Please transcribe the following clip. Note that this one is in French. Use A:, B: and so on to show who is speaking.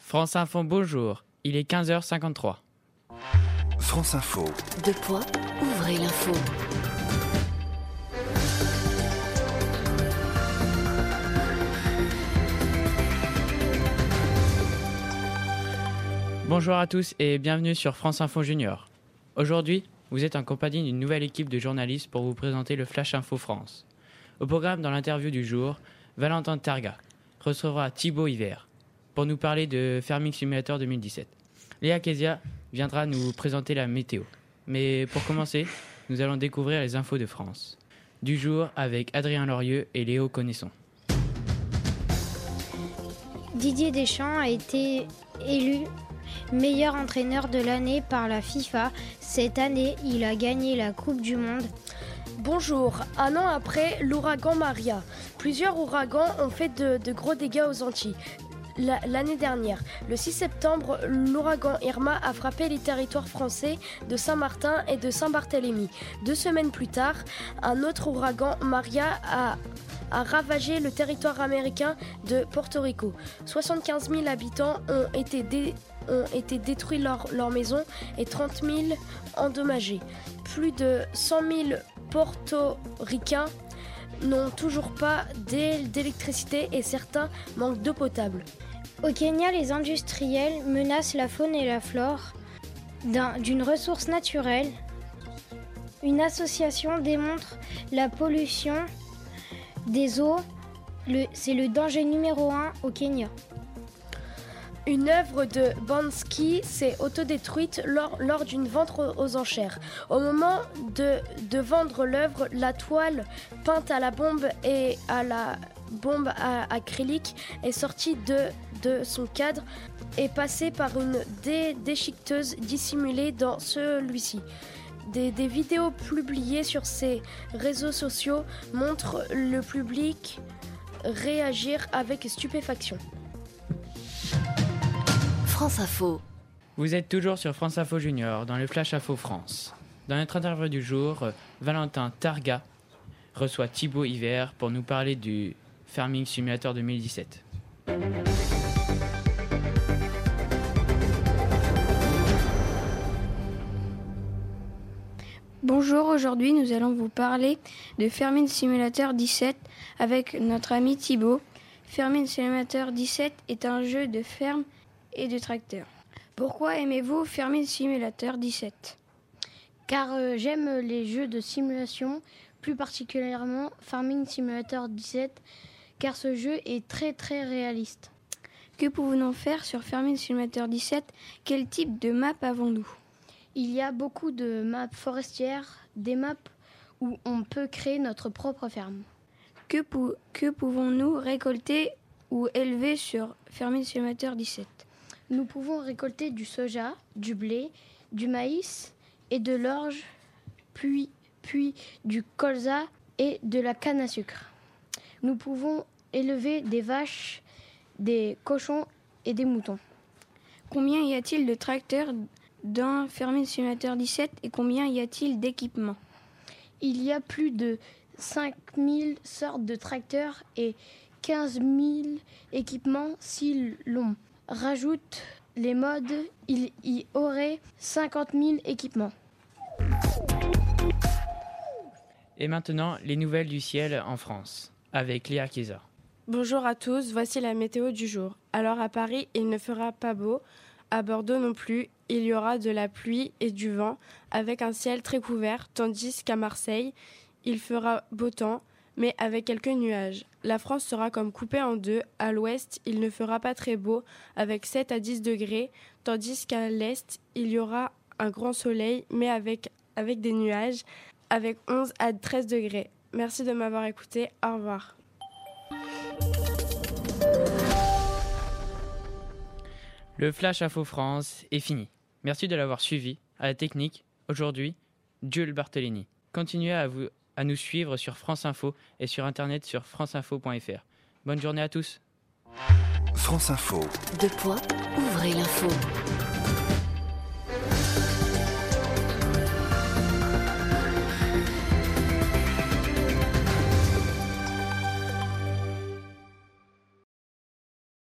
A: France Info, bonjour. Il est 15h53.
B: France Info.
C: Deux points, ouvrez l'info.
A: Bonjour à tous et bienvenue sur France Info Junior. Aujourd'hui, vous êtes en compagnie d'une nouvelle équipe de journalistes pour vous présenter le Flash Info France. Au programme, dans l'interview du jour, Valentin Targa recevra Thibaut Hiver pour nous parler de Farming Simulator 2017. Léa Kezia viendra nous présenter la météo. Mais pour commencer, nous allons découvrir les infos de France du jour avec Adrien Lorieux et Léo Connaisson.
D: Didier Deschamps a été élu meilleur entraîneur de l'année par la FIFA. Cette année, il a gagné la Coupe du Monde.
E: Bonjour, un an après l'ouragan Maria, plusieurs ouragans ont fait de gros dégâts aux Antilles. L'année dernière, le 6 septembre, l'ouragan Irma a frappé les territoires français de Saint-Martin et de Saint-Barthélemy. 2 semaines plus tard, un autre ouragan Maria a ravagé le territoire américain de Porto Rico. 75 000 habitants ont été détruits leur maison et 30 000 endommagés. Plus de 100 000 portoricains n'ont toujours pas d'électricité et certains manquent d'eau potable.
D: Au Kenya, les industriels menacent la faune et la flore d'une ressource naturelle. Une association démontre la pollution des eaux. C'est le danger numéro 1 au Kenya.
E: Une œuvre de Banksy s'est autodétruite lors d'une vente aux enchères. Au moment de vendre l'œuvre, la toile peinte à la bombe et à la bombe à acrylique est sortie de son cadre et passée par une déchiqueteuse dissimulée dans celui-ci. Des vidéos publiées sur ces réseaux sociaux montrent le public réagir avec stupéfaction.
C: France Info.
A: Vous êtes toujours sur France Info Junior dans le Flash Info France. Dans notre interview du jour, Valentin Targa reçoit Thibaut Hiver pour nous parler du Farming Simulator 2017.
F: Bonjour, aujourd'hui nous allons vous parler de Farming Simulator 17 avec notre ami Thibaut. Farming Simulator 17 est un jeu de ferme et de tracteur. Pourquoi aimez-vous Farming Simulator 17 ?
D: Car j'aime les jeux de simulation, plus particulièrement Farming Simulator 17, car ce jeu est très très réaliste.
F: Que pouvons-nous faire sur Farming Simulator 17 ? Quel type de map avons-nous ?
D: Il y a beaucoup de maps forestières, des maps où on peut créer notre propre ferme.
F: Que pouvons-nous récolter ou élever sur Farming Simulator 17 ?
D: Nous pouvons récolter du soja, du blé, du maïs et de l'orge, puis du colza et de la canne à sucre. Nous pouvons élever des vaches, des cochons et des moutons.
F: Combien y a-t-il de tracteurs dans Farming Simulator 17 et combien y a-t-il d'équipements ?
D: Il y a plus de 5000 sortes de tracteurs et 15 000 équipements. Si l'on rajoute les modes, il y aurait 50 000 équipements.
A: Et maintenant, les nouvelles du ciel en France, avec Léa Kezia.
G: Bonjour à tous, voici la météo du jour. Alors à Paris, il ne fera pas beau. À Bordeaux non plus, il y aura de la pluie et du vent, avec un ciel très couvert, tandis qu'à Marseille, il fera beau temps, mais avec quelques nuages. La France sera comme coupée en deux. À l'ouest, il ne fera pas très beau, avec 7 à 10 degrés, tandis qu'à l'est, il y aura un grand soleil, mais avec des nuages, avec 11 à 13 degrés. Merci de m'avoir écouté. Au revoir.
A: Le Flash Info France est fini. Merci de l'avoir suivi. À la technique, aujourd'hui, Jules Bartolini. Continuez à nous suivre sur France Info et sur internet sur franceinfo.fr. Bonne journée à tous.
B: France Info.
C: Deux points, ouvrez l'info.